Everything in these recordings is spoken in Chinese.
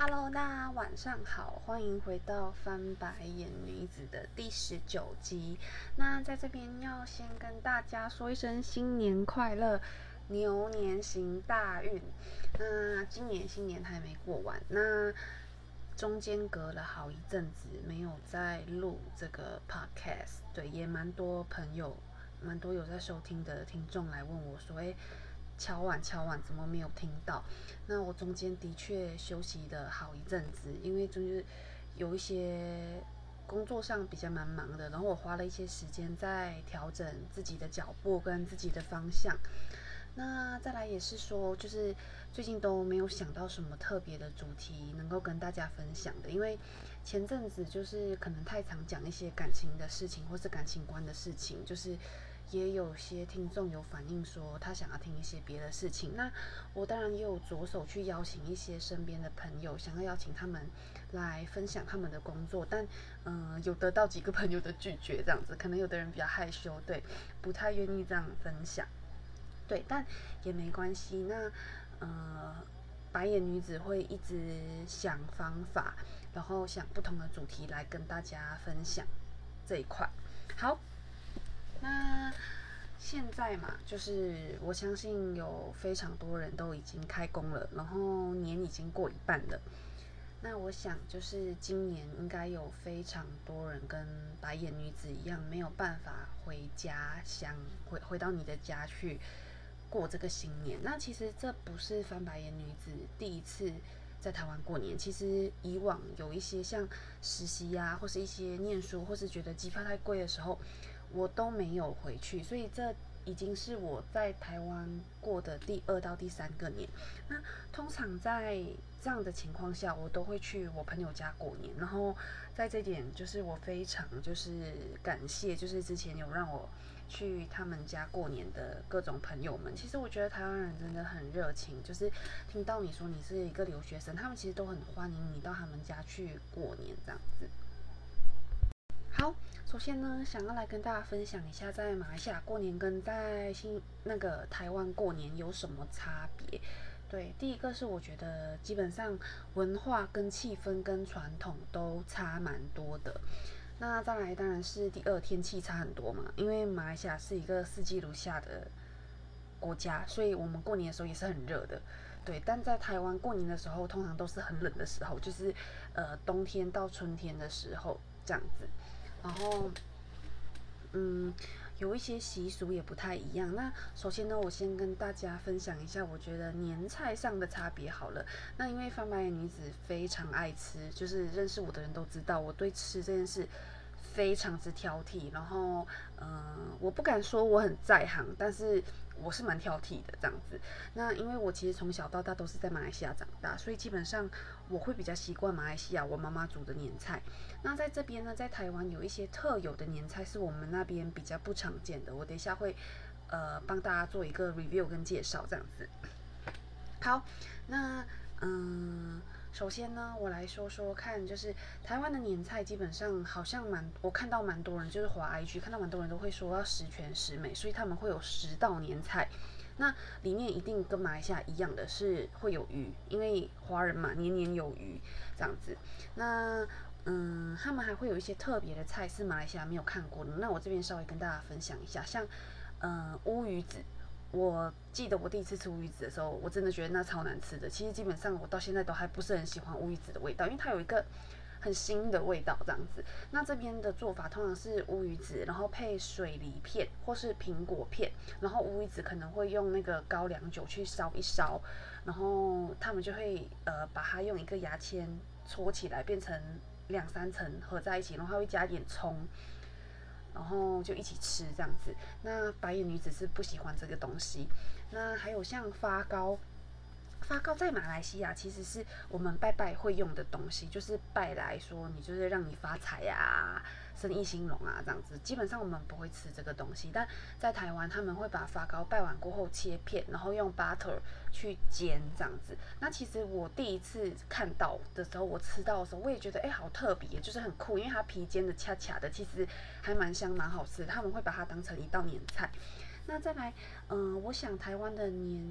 Hello，大家晚上好，欢迎回到翻白眼女子的第19集。那在这边要先跟大家说一声新年快乐，牛年行大运。那今年新年还没过完，那中间隔了好一阵子没有再录这个 podcast， 对，也蛮多朋友。蛮多有在收听的听众来问我说：“敲碗怎么没有听到？”那我中间的确休息的好一阵子，因为就是有一些工作上比较蛮忙的，然后我花了一些时间在调整自己的脚步跟自己的方向。那再来也是说，就是最近都没有想到什么特别的主题能够跟大家分享的，因为前阵子就是可能太常讲一些感情的事情或是感情观的事情，就是也有些听众有反映说他想要听一些别的事情。那我当然也有着手去邀请一些身边的朋友，想要邀请他们来分享他们的工作，但有得到几个朋友的拒绝，这样子，可能有的人比较害羞，对，不太愿意这样分享。对，但也没关系。那白眼女子会一直想方法，然后想不同的主题来跟大家分享这一块。好，那现在嘛，就是我相信有非常多人都已经开工了，然后年已经过一半了。那我想，就是今年应该有非常多人跟白眼女子一样，没有办法回家乡，回到你的家去过这个新年。那其实这不是翻白眼女子第一次在台湾过年，其实以往有一些像实习啊，或是一些念书，或是觉得机票太贵的时候，我都没有回去，所以这已经是我在台湾过的第2到第3个年。那通常在这样的情况下，我都会去我朋友家过年。然后在这点，就是我非常就是感谢，就是之前有让我去他们家过年的各种朋友们。其实我觉得台湾人真的很热情，就是听到你说你是一个留学生，他们其实都很欢迎你到他们家去过年这样子。好，首先呢，想要来跟大家分享一下，在马来西亚过年跟在台湾过年有什么差别。对，第一个是我觉得基本上文化跟气氛跟传统都差蛮多的。那再来当然是第二，天气差很多嘛，因为马来西亚是一个四季如夏的国家，所以我们过年的时候也是很热的。对，但在台湾过年的时候，通常都是很冷的时候，就是冬天到春天的时候这样子。然后嗯，有一些习俗也不太一样。那首先呢，我先跟大家分享一下，我觉得年菜上的差别好了。那因为翻白眼女子非常爱吃，就是认识我的人都知道，我对吃这件事非常之挑剔。然后，我不敢说我很在行，但是我是蛮挑剔的这样子。那因为我其实从小到大都是在马来西亚长大，所以基本上我会比较习惯马来西亚我妈妈煮的年菜。那在这边呢，在台湾有一些特有的年菜是我们那边比较不常见的，我等一下会帮大家做一个 review 跟介绍这样子。好，那首先呢，我来说说看，就是台湾的年菜基本上好像我看到蛮多人就是滑 IG 看到蛮多人都会说要十全十美，所以他们会有10道年菜。那里面一定跟马来西亚一样的是会有鱼，因为华人嘛，年年有余这样子。那他们还会有一些特别的菜是马来西亚没有看过的。那我这边稍微跟大家分享一下，像乌鱼子。我记得我第一次吃乌鱼子的时候，我真的觉得那超难吃的。其实基本上我到现在都还不是很喜欢乌鱼子的味道，因为它有一个很腥的味道这样子。那这边的做法通常是乌鱼子，然后配水梨片或是苹果片，然后乌鱼子可能会用那个高粱酒去烧一烧，然后他们就会把它用一个牙签搓起来，变成2、3层合在一起，然后还会加一点葱。然后就一起吃这样子。那白眼女子是不喜欢这个东西。那还有像发糕，发糕在马来西亚其实是我们拜拜会用的东西，就是拜来说你就是让你发财啊，生意兴隆啊这样子。基本上我们不会吃这个东西，但在台湾他们会把发糕拜完过后切片，然后用 butter 去煎这样子。那其实我第一次看到的时候，我吃到的时候，我也觉得好特别，就是很酷，因为它皮煎的恰恰的，其实还蛮香蛮好吃的。他们会把它当成一道年菜。那再来，我想台湾的年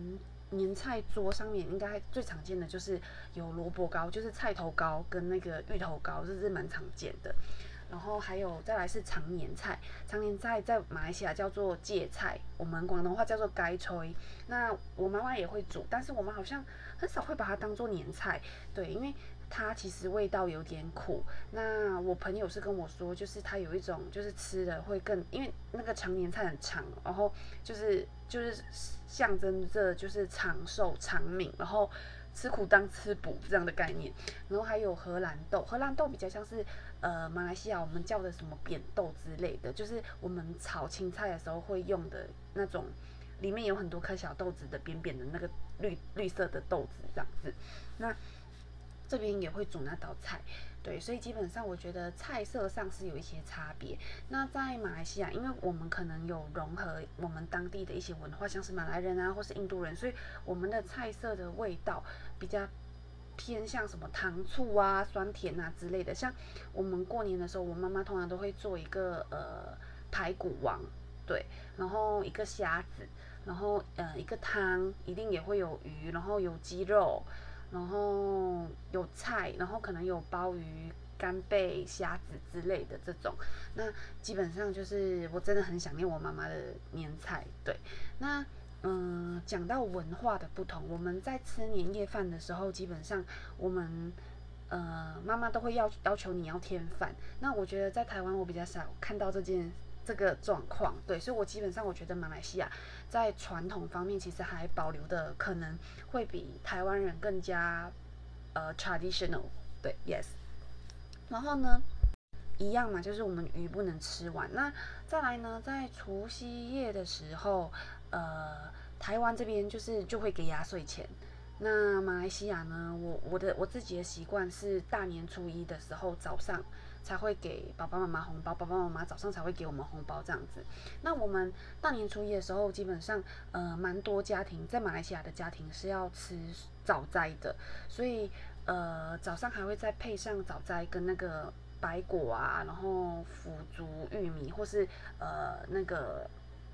年菜桌上面应该最常见的就是有萝卜糕，就是菜头糕跟那个芋头糕，这是蛮常见的。然后还有再来是常年菜，常年菜在马来西亚叫做芥菜，我们广东话叫做该吹。那我妈妈也会煮，但是我妈好像很少会把它当做年菜，对，因为它其实味道有点苦。那我朋友是跟我说，就是它有一种就是吃的会更，因为那个常年菜很长，然后就是象征着就是长寿长命，然后吃苦当吃补这样的概念。然后还有荷兰豆，荷兰豆比较像是马来西亚我们叫的什么扁豆之类的，就是我们炒青菜的时候会用的那种，里面有很多颗小豆子的扁扁的那个绿色的豆子这样子。那这边也会煮那道菜，对，所以基本上我觉得菜色上是有一些差别。那在马来西亚，因为我们可能有融合我们当地的一些文化，像是马来人啊，或是印度人，所以我们的菜色的味道比较偏向什么糖醋啊、酸甜啊之类的。像我们过年的时候，我妈妈通常都会做一个排骨王，对，然后一个虾子，然后一个汤，一定也会有鱼，然后有鸡肉，然后有菜，然后可能有鲍鱼、干贝、虾子之类的这种。那基本上就是我真的很想念我妈妈的年菜。对，那讲到文化的不同，我们在吃年夜饭的时候，基本上我们妈妈都会要求你要添饭。那我觉得在台湾我比较少看到这个状况，对，所以我基本上我觉得马来西亚在传统方面其实还保留的可能会比台湾人更加traditional，对，yes。然后呢，一样嘛，就是我们鱼不能吃完。那再来呢，在除夕夜的时候，台湾这边就会给压岁钱。那马来西亚呢，我自己的习惯是大年初一的时候早上才会给爸爸妈妈红包，爸爸妈妈早上才会给我们红包这样子。那我们大年初一的时候，基本上蛮多家庭在马来西亚的家庭是要吃早斋的，所以早上还会再配上早斋跟那个白果啊，然后腐竹、玉米，或是那个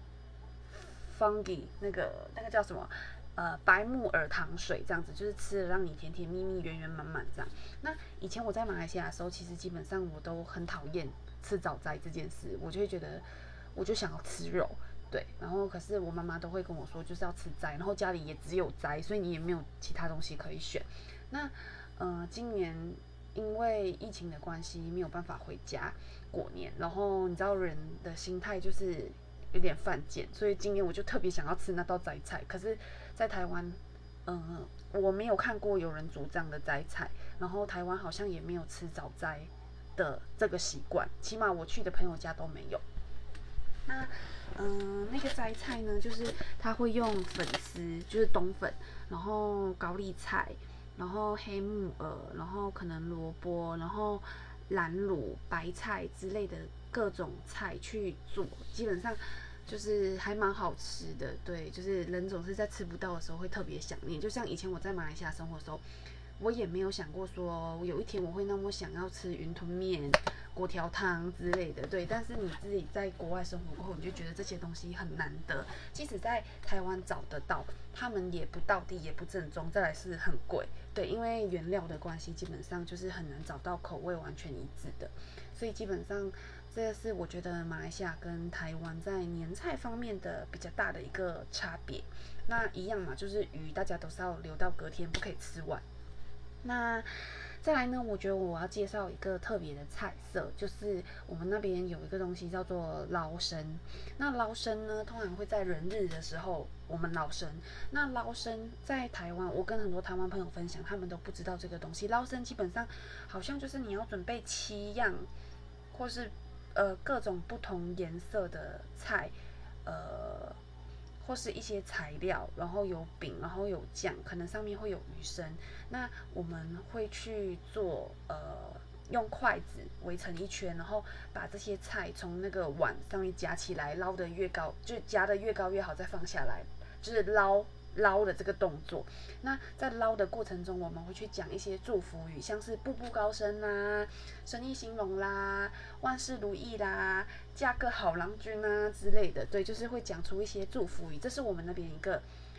fungi 那个叫什么？白木耳糖水这样子，就是吃了让你甜甜蜜蜜、圆圆满满这样。那以前我在马来西亚的时候，其实基本上我都很讨厌吃早斋这件事，我就会觉得我就想要吃肉，对。然后可是我妈妈都会跟我说，就是要吃斋，然后家里也只有斋，所以你也没有其他东西可以选。那今年因为疫情的关系，没有办法回家过年，然后你知道人的心态就是有点犯贱，所以今年我就特别想要吃那道斋菜。可是，在台湾，我没有看过有人煮这样的斋菜，然后台湾好像也没有吃早斋的这个习惯，起码我去的朋友家都没有。那那个摘菜呢，就是他会用粉丝，就是冬粉，然后高丽菜，然后黑木耳，然后可能萝卜，然后蓝卤、白菜之类的各种菜去做，基本上就是还蛮好吃的。对，就是人总是在吃不到的时候会特别想念。就像以前我在马来西亚生活的时候，我也没有想过说有一天我会那么想要吃云吞面、粿条汤之类的，对。但是你自己在国外生活过后，你就觉得这些东西很难得，即使在台湾找得到，他们也不道地，也不正宗，再来是很贵，对，因为原料的关系，基本上就是很难找到口味完全一致的，所以基本上这是我觉得马来西亚跟台湾在年菜方面的比较大的一个差别。那一样嘛，就是鱼大家都是要留到隔天，不可以吃完。那再来呢，我觉得我要介绍一个特别的菜色，就是我们那边有一个东西叫做捞生。那捞生呢，通常会在人日的时候我们捞生。那捞生在台湾，我跟很多台湾朋友分享，他们都不知道这个东西。捞生基本上好像就是你要准备7样，或是各种不同颜色的菜，呃或是一些材料，然后有饼，然后有酱，可能上面会有鱼生。那我们会去做用筷子围成一圈，然后把这些菜从那个碗上面夹起来，捞得越高，就夹得越高越好，再放下来，就是捞的这个动作。那在捞的过程中，我们会去讲一些祝福语，像是步步高升啦、生意兴隆啦、万事如意啦、嫁个好郎君啊之类的。对，就是会讲出一些祝福语，这是我们那边一个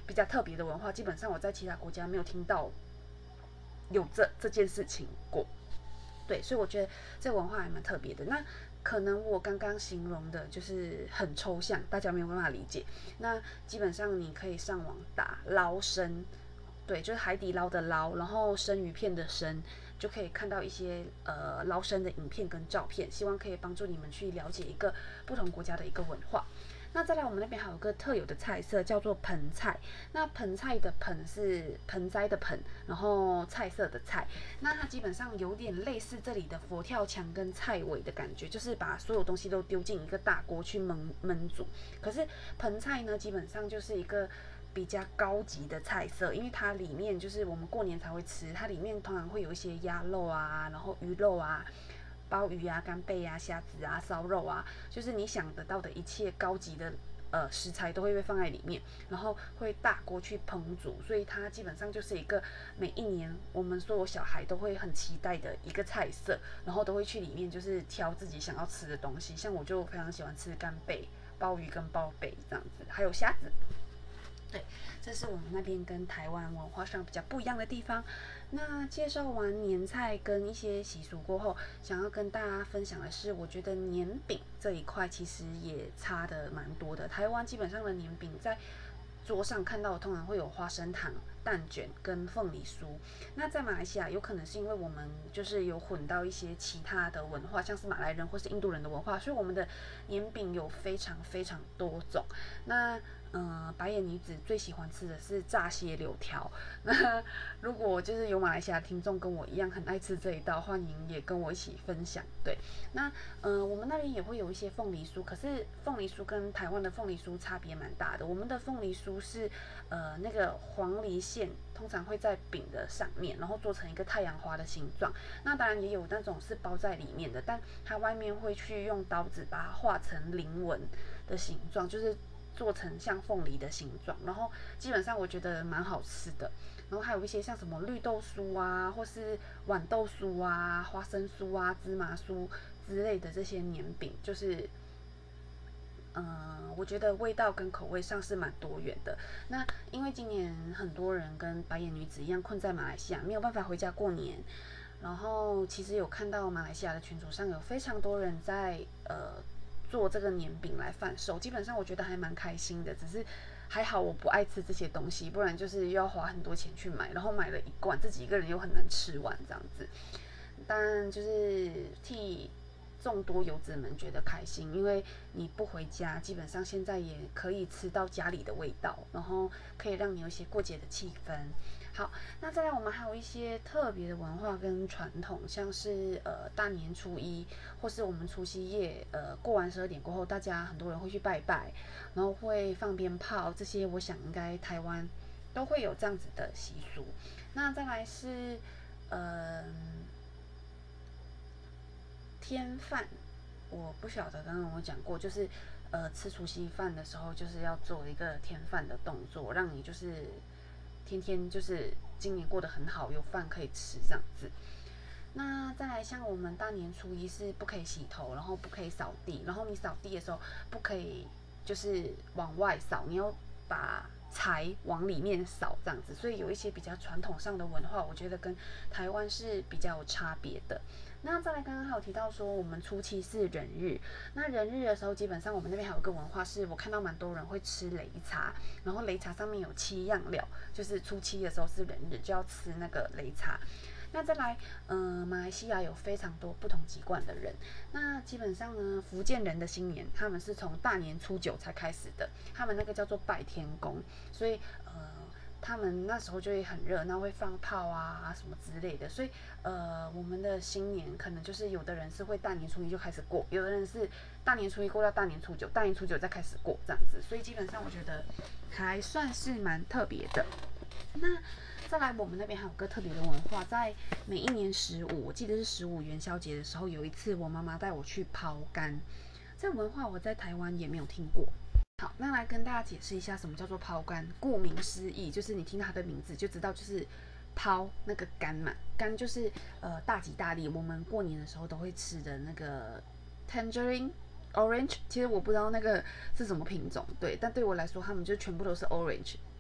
比较特别的文化，基本上我在其他国家没有听到有这件事情过。对，所以我觉得这个文化还蛮特别的。那可能我刚刚形容的就是很抽象，大家没有办法理解。那基本上你可以上网打捞生，对，就是海底捞的捞，然后生鱼片的生，就可以看到一些捞生的影片跟照片，希望可以帮助你们去了解一个不同国家的一个文化。那再来，我们那边还有个特有的菜色叫做盆菜。那盆菜的盆是盆栽的盆，然后菜色的菜。那它基本上有点类似这里的佛跳墙跟菜尾的感觉，就是把所有东西都丢进一个大锅去焖煮。可是盆菜呢，基本上就是一个比较高级的菜色，因为它里面就是我们过年才会吃，它里面通常会有一些鸭肉啊，然后鱼肉啊。鲍鱼啊、干贝啊、虾子啊、烧肉啊，就是你想得到的一切高级的食材都会被放在里面，然后会大锅去烹煮，所以它基本上就是一个每一年我们所有小孩都会很期待的一个菜色，然后都会去里面就是挑自己想要吃的东西，像我就非常喜欢吃干贝、鲍鱼跟鲍贝这样子，还有虾子。对，这是我们那边跟台湾文化上比较不一样的地方。那介绍完年菜跟一些习俗过后，想要跟大家分享的是，我觉得年饼这一块其实也差的蛮多的。台湾基本上的年饼在桌上看到的通常会有花生糖、蛋卷跟凤梨酥。那在马来西亚有可能是因为我们就是有混到一些其他的文化，像是马来人或是印度人的文化，所以我们的年饼有非常非常多种。那白眼女子最喜欢吃的是炸蟹柳条。那如果就是有马来西亚听众跟我一样很爱吃这一道，欢迎也跟我一起分享。对，那我们那边也会有一些凤梨酥，可是凤梨酥跟台湾的凤梨酥差别蛮大的。我们的凤梨酥是那个黄梨馅通常会在饼的上面，然后做成一个太阳花的形状。那当然也有那种是包在里面的，但它外面会去用刀子把它画成菱纹的形状，就是做成像凤梨的形状，然后基本上我觉得蛮好吃的。然后还有一些像什么绿豆酥啊，或是豌豆酥啊、花生酥啊、芝麻酥之类的这些年饼，就是我觉得味道跟口味上是蛮多元的。那因为今年很多人跟白眼女子一样困在马来西亚，没有办法回家过年。然后其实有看到马来西亚的群组上有非常多人在做这个年饼来贩售，基本上我觉得还蛮开心的。只是还好我不爱吃这些东西，不然就是又要花很多钱去买，然后买了一罐自己一个人又很难吃完这样子。但就是替众多游子们觉得开心，因为你不回家，基本上现在也可以吃到家里的味道，然后可以让你有一些过节的气氛。好，那再来我们还有一些特别的文化跟传统，像是大年初一，或是我们除夕夜，过完12点过后，大家很多人会去拜拜，然后会放鞭炮，这些我想应该台湾都会有这样子的习俗。那再来是呃添饭，我不晓得刚刚我讲过，就是吃除夕饭的时候，就是要做一个添饭的动作，让你就是天天就是今年过得很好，有饭可以吃这样子。那再来像我们大年初一是不可以洗头，然后不可以扫地，然后你扫地的时候不可以就是往外扫，你要把财往里面扫这样子，所以有一些比较传统上的文化，我觉得跟台湾是比较有差别的。那再来，刚刚还有提到说，我们初七是人日。那人日的时候，基本上我们那边还有一个文化，是我看到蛮多人会吃擂茶，然后擂茶上面有7样料，就是初七的时候是人日，就要吃那个擂茶。那再来，马来西亚有非常多不同籍贯的人。那基本上呢，福建人的新年，他们是从大年初9才开始的，他们那个叫做拜天公，所以他们那时候就会很热闹，会放炮啊什么之类的。所以我们的新年可能就是有的人是会大年初一就开始过，有的人是大年初一过到大年初九，大年初九再开始过这样子。所以基本上我觉得还算是蛮特别的。那再来，我们那边还有个特别的文化，在每一年15，我记得是15元宵节的时候，有一次我妈妈带我去抛竿，这文化我在台湾也没有听过。好，那来跟大家解释一下什么叫做抛竿。顾名思义，就是你听到它的名字就知道，就是抛那个竿嘛。竿就是大吉大利，我们过年的时候都会吃的那个 tangerine。Orange，其实我不知道那个是什么品种，对，但对我来说，他们就全部都是 orange，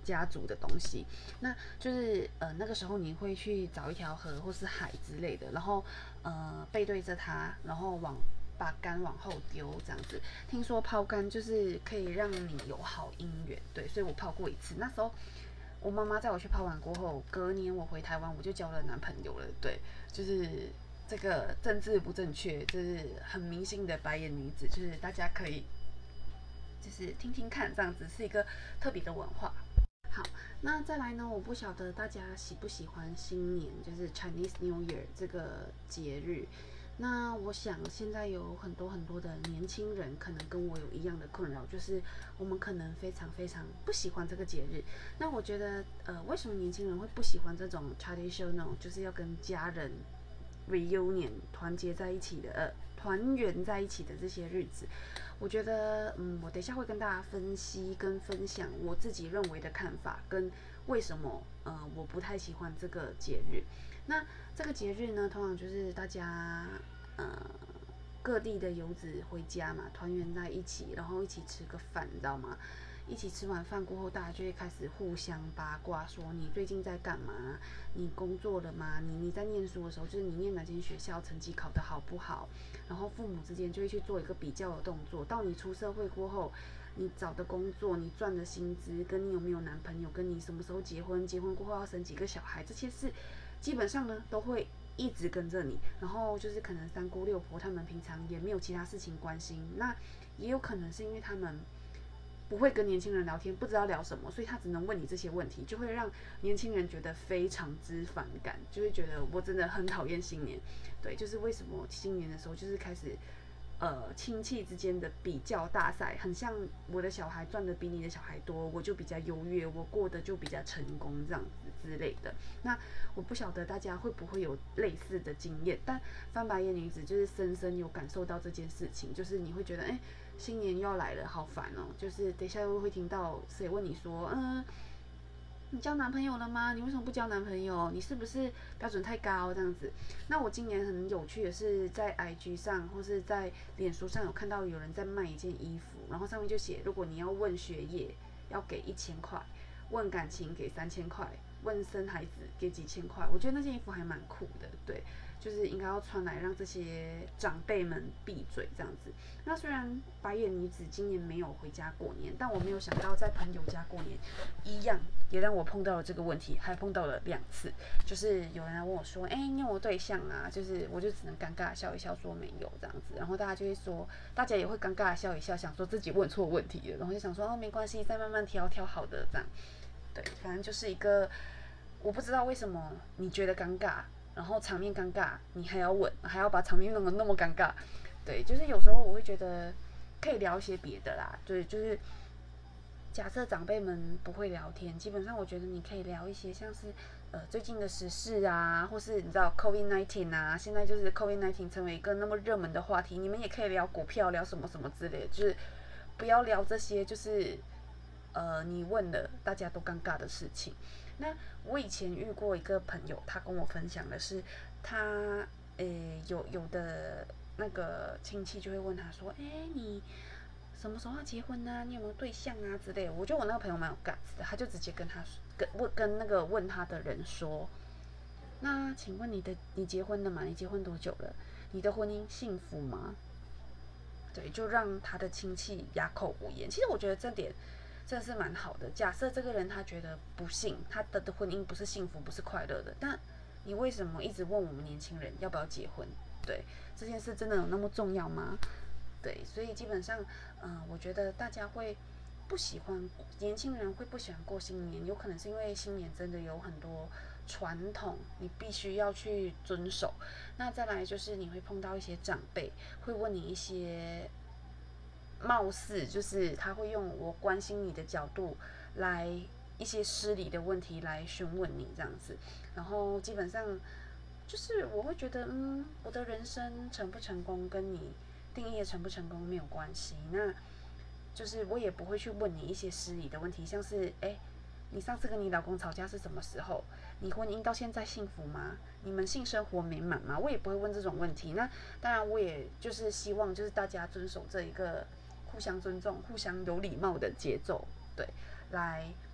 家族的东西。那就是那个时候你会去找一条河或是海之类的，然后背对着它，然后把竿往后丢这样子。听说抛竿就是可以让你有好姻缘，对，所以我抛过一次。那时候我妈妈在我去抛完过后，隔年我回台湾我就交了男朋友了，对，就是这个政治不正确，就是很迷信的白眼女子，就是大家可以就是听听看，这样子是一个特别的文化。好，那再来呢？我不晓得大家喜不喜欢新年，就是 Chinese New Year 这个节日。那我想现在有很多很多的年轻人可能跟我有一样的困扰，就是我们可能非常非常不喜欢这个节日。那我觉得，为什么年轻人会不喜欢这种 traditional，就是要跟家人 reunion 团结在一起的，团圆在一起的这些日子？我觉得，我等一下会跟大家分析跟分享我自己认为的看法，跟为什么，我不太喜欢这个节日。那这个节日呢，通常就是大家，各地的游子回家嘛，团圆在一起，然后一起吃个饭，你知道吗？一起吃完饭过后，大家就会开始互相八卦，说你最近在干嘛？你工作了吗？你在念书的时候，就是你念哪间学校，成绩考得好不好？然后父母之间就会去做一个比较的动作。到你出社会过后，你找的工作，你赚的薪资，跟你有没有男朋友，跟你什么时候结婚，结婚过后要生几个小孩，这些事基本上呢都会一直跟着你。然后就是可能三姑六婆他们平常也没有其他事情关心，那也有可能是因为他们不会跟年轻人聊天，不知道聊什么，所以他只能问你这些问题，就会让年轻人觉得非常之反感，就会觉得我真的很讨厌新年。对，就是为什么新年的时候就是开始亲戚之间的比较大赛，很像我的小孩赚的比你的小孩多，我就比较优越，我过得就比较成功这样子之类的。那我不晓得大家会不会有类似的经验，但翻白眼女子就是深深有感受到这件事情，就是你会觉得，新年又要来了，好烦哦！就是等一下又会听到谁问你说，你交男朋友了吗？你为什么不交男朋友？你是不是标准太高这样子？那我今年很有趣的是，在 IG 上或是在脸书上有看到有人在卖一件衣服，然后上面就写，如果你要问学业，要给1000块；问感情给3000块；问生孩子给几千块。我觉得那件衣服还蛮酷的，对，就是应该要穿来让这些长辈们闭嘴这样子。那虽然白眼女子今年没有回家过年，但我没有想到在朋友家过年，一样也让我碰到了这个问题，还碰到了2次。就是有人来问我说，你有没有对象啊？就是我就只能尴尬笑一笑说没有这样子，然后大家就会说，大家也会尴尬笑一笑，想说自己问错问题了，然后就想说没关系，再慢慢挑好的这样。对，反正就是一个，我不知道为什么你觉得尴尬，然后场面尴尬，你还要问，还要把场面弄得那么尴尬。对，就是有时候我会觉得可以聊一些别的啦。对，就是假设长辈们不会聊天，基本上我觉得你可以聊一些像是最近的时事啊，或是你知道 COVID-19 啊，现在就是 COVID-19 成为一个那么热门的话题，你们也可以聊股票，聊什么什么之类的，就是不要聊这些就是你问了大家都尴尬的事情。那我以前遇过一个朋友，他跟我分享的是他有的那个亲戚就会问他说，你什么时候要结婚啊？你有没有对象啊之类的？我觉得我那个朋友蛮有 guts 的，他就直接跟他跟那个问他的人说，那请问你结婚了吗？你结婚多久了？你的婚姻幸福吗？对，就让他的亲戚哑口无言。其实我觉得这点真的是蛮好的。假设这个人他觉得不幸，他的婚姻不是幸福，不是快乐的，但你为什么一直问我们年轻人要不要结婚？对，这件事真的有那么重要吗？对，所以基本上，我觉得大家会不喜欢，年轻人会不喜欢过新年，有可能是因为新年真的有很多传统，你必须要去遵守。那再来就是你会碰到一些长辈，会问你一些貌似就是他会用我关心你的角度来一些失礼的问题来询问你这样子，然后基本上就是我会觉得，我的人生成不成功跟你定义的成不成功没有关系，那就是我也不会去问你一些失礼的问题，像是你上次跟你老公吵架是什么时候？你婚姻到现在幸福吗？你们性生活美满吗？我也不会问这种问题。那当然，我也就是希望就是大家遵守这一个互相尊重、互相有礼貌的节奏，对，来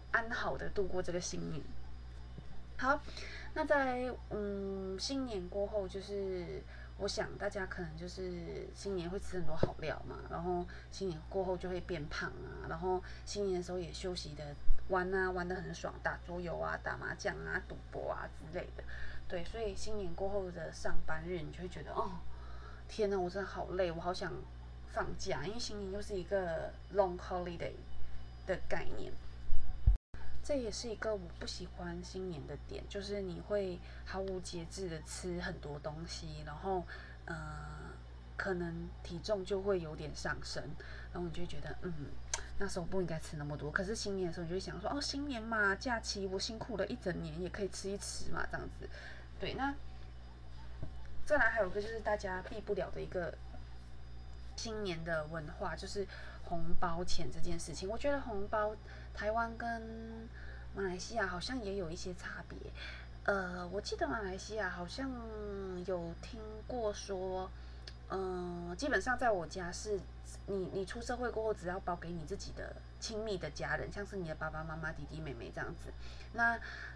安好的度过这个新年。好，那在新年过后，就是我想大家可能就是新年会吃很多好料嘛，然后新年过后就会变胖啊，然后新年的时候也休息的玩啊，玩得很爽，打桌游啊，打麻将啊，赌博啊之类的。对，所以新年过后的上班日，你就会觉得哦，天哪，我真的好累，我好想放假，因为新年又是一个 long holiday 的概念。这也是一个我不喜欢新年的点，就是你会毫无节制的吃很多东西，然后可能体重就会有点上升，然后你就会觉得那时候不应该吃那么多。可是新年的时候，你就会想说，哦，新年嘛，假期我辛苦了一整年，也可以吃一吃嘛，这样子。对，那再来还有一个就是大家避不了的一个新年的文化，就是红包钱这件事情。我觉得红包台湾跟马来西亚好像也有一些差别。我记得马来西亚好像有听过说，基本上在我家是，你出社会过后，只要包给你自己的亲密的家人，像是你的爸爸妈妈、弟弟妹妹这样子。那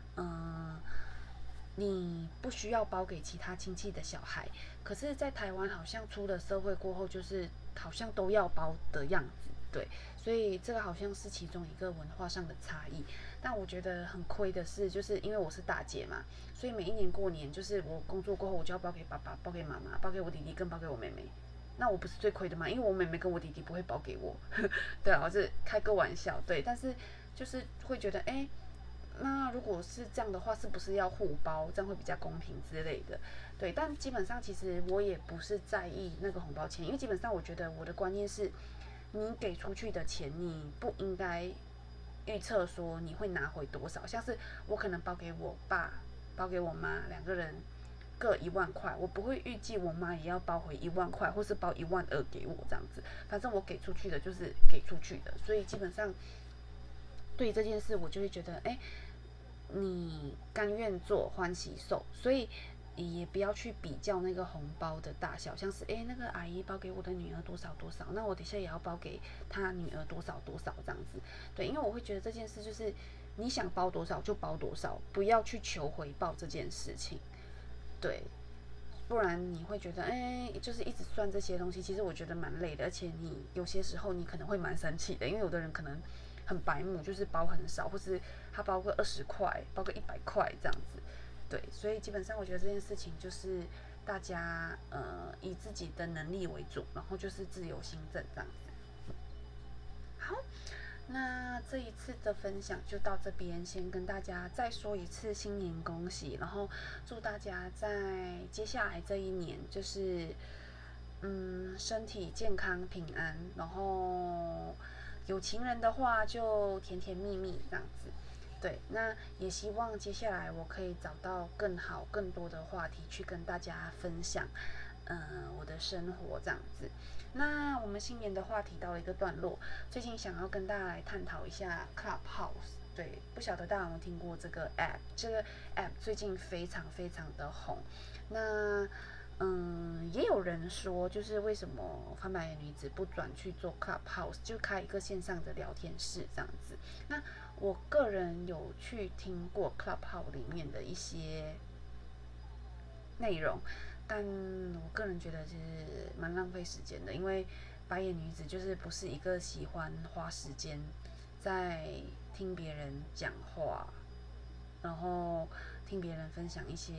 你不需要包给其他亲戚的小孩。可是，在台湾好像出了社会过后，就是好像都要包的样子，对，所以这个好像是其中一个文化上的差异。但我觉得很亏的是，就是因为我是大姐嘛，所以每一年过年，就是我工作过后，我就要包给爸爸、包给妈妈、包给我弟弟，跟包给我妹妹。那我不是最亏的吗？因为我妹妹跟我弟弟不会包给我，对啊，我是开个玩笑，对，但是就是会觉得，那如果是这样的话，是不是要互包，这样会比较公平之类的？对，但基本上其实我也不是在意那个红包钱，因为基本上我觉得我的观念是，你给出去的钱，你不应该预测说你会拿回多少。像是我可能包给我爸、包给我妈两个人各1万块，我不会预计我妈也要包回1万块，或是包1万2给我这样子。反正我给出去的就是给出去的，所以基本上对这件事我就会觉得，你甘愿做欢喜受，所以也不要去比较那个红包的大小，像是那个阿姨包给我的女儿多少多少，那我等下也要包给她女儿多少多少这样子。对，因为我会觉得这件事就是你想包多少就包多少，不要去求回报这件事情。对，不然你会觉得，就是一直算这些东西，其实我觉得蛮累的，而且你有些时候你可能会蛮生气的，因为有的人可能很白目，就是包很少，或是他包个20块，包个100块这样子，对，所以基本上我觉得这件事情就是大家以自己的能力为主，然后就是自由心证这样子。好，那这一次的分享就到这边，先跟大家再说一次新年恭喜，然后祝大家在接下来这一年就是身体健康平安，然后有情人的话就甜甜蜜蜜这样子。对，那也希望接下来我可以找到更好、更多的话题去跟大家分享，我的生活这样子。那我们新年的话题到了一个段落，最近想要跟大家来探讨一下 Clubhouse。对，不晓得大家有没有听过这个 app？这个 app 最近非常非常的红。那也有人说，就是为什么翻白眼女子不转去做 Clubhouse，就开一个线上的聊天室这样子。那我个人有去听过 Clubhouse 里面的一些内容，但我个人觉得是蛮浪费时间的，因为白眼女子就是不是一个喜欢花时间在听别人讲话，然后听别人分享一些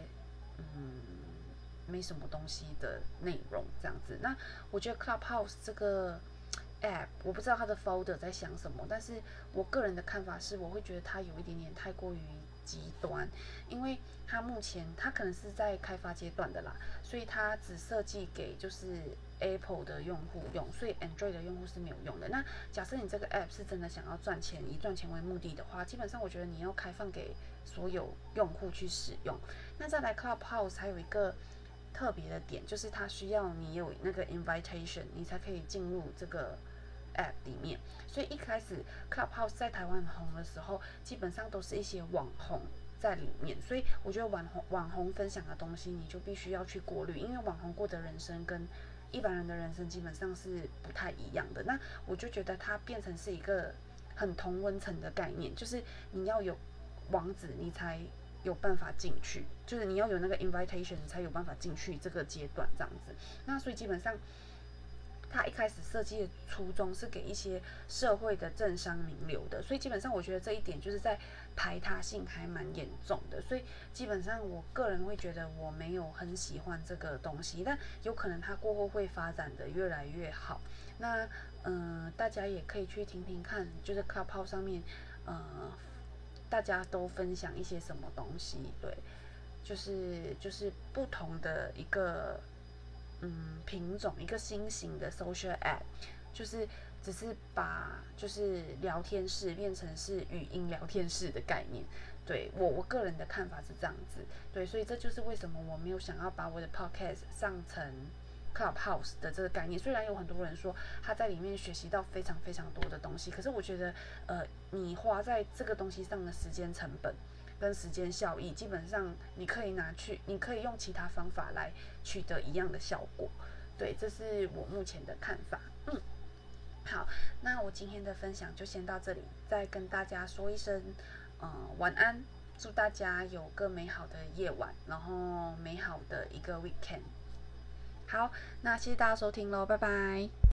没什么东西的内容这样子。那我觉得 Clubhouse 这个 app， 我不知道它的 folder 在想什么，但是我个人的看法是，我会觉得它有一点点太过于极端，因为它目前它可能是在开发阶段的啦，所以它只设计给就是 Apple 的用户用，所以 Android 的用户是没有用的。那假设你这个 app 是真的想要赚钱，以赚钱为目的的话，基本上我觉得你要开放给所有用户去使用。那再来 Clubhouse 还有一个特别的点，就是它需要你有那个 invitation， 你才可以进入这个 app 里面。所以一开始 Clubhouse 在台湾红的时候，基本上都是一些网红在里面，所以我觉得网红分享的东西，你就必须要去过滤，因为网红过的人生跟一般人的人生基本上是不太一样的。那我就觉得它变成是一个很同温层的概念，就是你要有网址，你才有办法进去，就是你要有那个 invitation， 你才有办法进去这个阶段这样子。那所以基本上，他一开始设计的初衷是给一些社会的政商名流的，所以基本上我觉得这一点就是在排他性还蛮严重的，所以基本上我个人会觉得我没有很喜欢这个东西，但有可能它过后会发展的越来越好。那大家也可以去听听看，就是 Clubhouse 上面大家都分享一些什么东西，对，就是不同的一个品种，一个新型的 social app， 就是只是把就是聊天室变成是语音聊天室的概念。对，我个人的看法是这样子，对，所以这就是为什么我没有想要把我的 podcast 上成 Clubhouse 的这个概念。虽然有很多人说他在里面学习到非常非常多的东西，可是我觉得你花在这个东西上的时间成本跟时间效益，基本上你可以用其他方法来取得一样的效果。对，这是我目前的看法。好，那我今天的分享就先到这里，再跟大家说一声，晚安，祝大家有个美好的夜晚，然后美好的一个 weekend。好，那谢谢大家收听喽，拜拜。